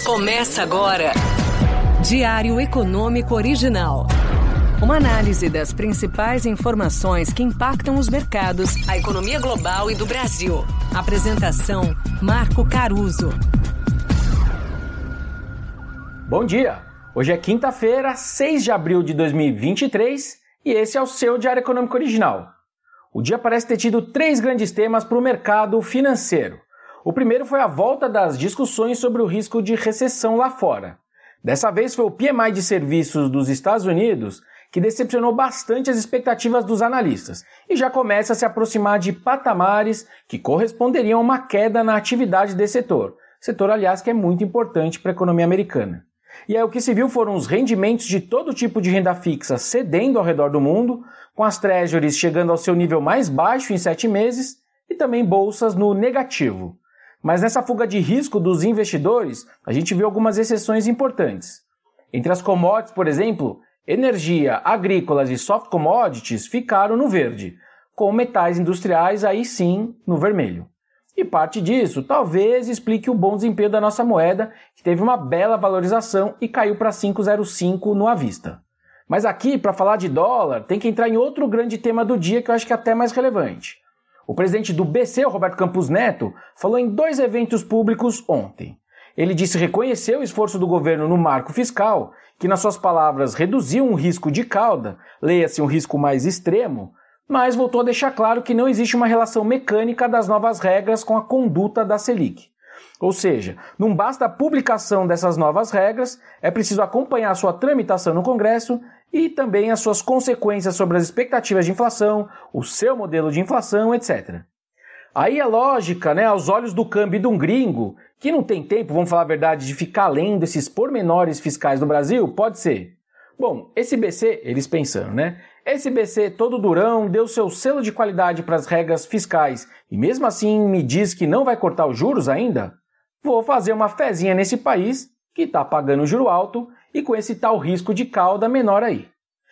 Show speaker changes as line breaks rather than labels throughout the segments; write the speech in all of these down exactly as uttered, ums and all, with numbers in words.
Começa agora. Diário Econômico Original. Uma análise das principais informações que impactam os mercados, a economia global e do Brasil. Apresentação: Marco Caruso.
Bom dia! Hoje é quinta-feira, seis de abril de dois mil e vinte e três, e esse é o seu Diário Econômico Original. O dia parece ter tido três grandes temas para o mercado financeiro. O primeiro foi a volta das discussões sobre o risco de recessão lá fora. Dessa vez foi o P M I de serviços dos Estados Unidos que decepcionou bastante as expectativas dos analistas e já começa a se aproximar de patamares que corresponderiam a uma queda na atividade desse setor. Setor, aliás, que é muito importante para a economia americana. E aí o que se viu foram os rendimentos de todo tipo de renda fixa cedendo ao redor do mundo, com as treasuries chegando ao seu nível mais baixo em sete meses e também bolsas no negativo. Mas nessa fuga de risco dos investidores, a gente viu algumas exceções importantes. Entre as commodities, por exemplo, energia, agrícolas e soft commodities ficaram no verde, com metais industriais aí sim no vermelho. E parte disso talvez explique o bom desempenho da nossa moeda, que teve uma bela valorização e caiu para cinco vírgula zero cinco no à vista. Mas aqui, para falar de dólar, tem que entrar em outro grande tema do dia que eu acho que é até mais relevante. O presidente do B C, o Roberto Campos Neto, falou em dois eventos públicos ontem. Ele disse reconhecer o esforço do governo no marco fiscal, que nas suas palavras reduziu um risco de cauda, leia-se um risco mais extremo, mas voltou a deixar claro que não existe uma relação mecânica das novas regras com a conduta da Selic. Ou seja, não basta a publicação dessas novas regras, é preciso acompanhar a sua tramitação no Congresso e também as suas consequências sobre as expectativas de inflação, o seu modelo de inflação, etcétera. Aí a lógica, né, aos olhos do câmbio de um gringo, que não tem tempo, vamos falar a verdade, de ficar lendo esses pormenores fiscais do Brasil, pode ser. Bom, esse B C, eles pensando, né? Esse B C todo durão deu seu selo de qualidade para as regras fiscais e mesmo assim me diz que não vai cortar os juros ainda? Vou fazer uma fezinha nesse país que está pagando juro alto e com esse tal risco de cauda menor aí.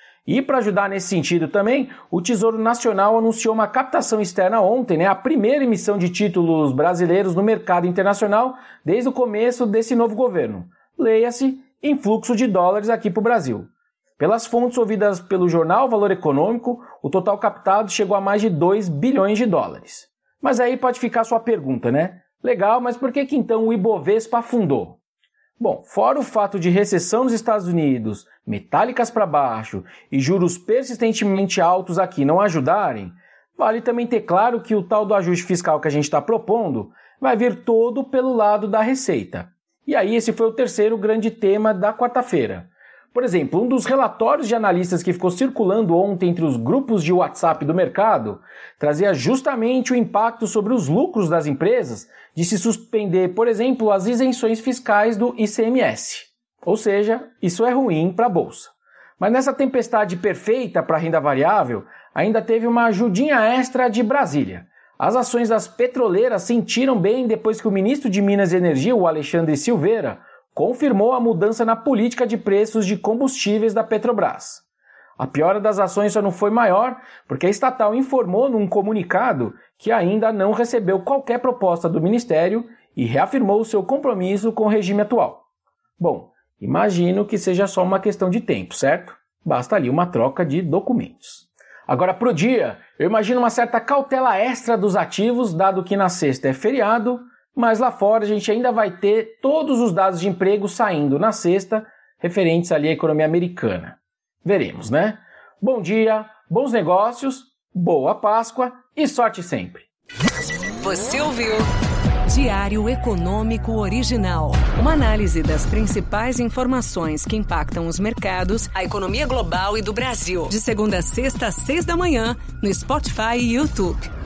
E para ajudar nesse sentido também, o Tesouro Nacional anunciou uma captação externa ontem, né, a primeira emissão de títulos brasileiros no mercado internacional desde o começo desse novo governo. Leia-se, influxo de dólares aqui para o Brasil. Pelas fontes ouvidas pelo jornal Valor Econômico, o total captado chegou a mais de dois bilhões de dólares. Mas aí pode ficar a sua pergunta, né? Legal, mas por que que então o Ibovespa afundou? Bom, fora o fato de recessão nos Estados Unidos, metálicas para baixo e juros persistentemente altos aqui não ajudarem, vale também ter claro que o tal do ajuste fiscal que a gente está propondo vai vir todo pelo lado da receita. E aí esse foi o terceiro grande tema da quarta-feira. Por exemplo, um dos relatórios de analistas que ficou circulando ontem entre os grupos de WhatsApp do mercado trazia justamente o impacto sobre os lucros das empresas de se suspender, por exemplo, as isenções fiscais do I C M S. Ou seja, isso é ruim para a Bolsa. Mas nessa tempestade perfeita para a renda variável, ainda teve uma ajudinha extra de Brasília. As ações das petroleiras sentiram bem depois que o ministro de Minas e Energia, o Alexandre Silveira, confirmou a mudança na política de preços de combustíveis da Petrobras. A piora das ações só não foi maior porque a estatal informou num comunicado que ainda não recebeu qualquer proposta do Ministério e reafirmou seu compromisso com o regime atual. Bom, imagino que seja só uma questão de tempo, certo? Basta ali uma troca de documentos. Agora, para o dia, eu imagino uma certa cautela extra dos ativos, dado que na sexta é feriado, mas lá fora a gente ainda vai ter todos os dados de emprego saindo na sexta, referentes ali à economia americana. Veremos, né? Bom dia, bons negócios, boa Páscoa e sorte sempre.
Você ouviu Diário Econômico Original. Uma análise das principais informações que impactam os mercados, a economia global e do Brasil. De segunda a sexta às seis da manhã, no Spotify e YouTube.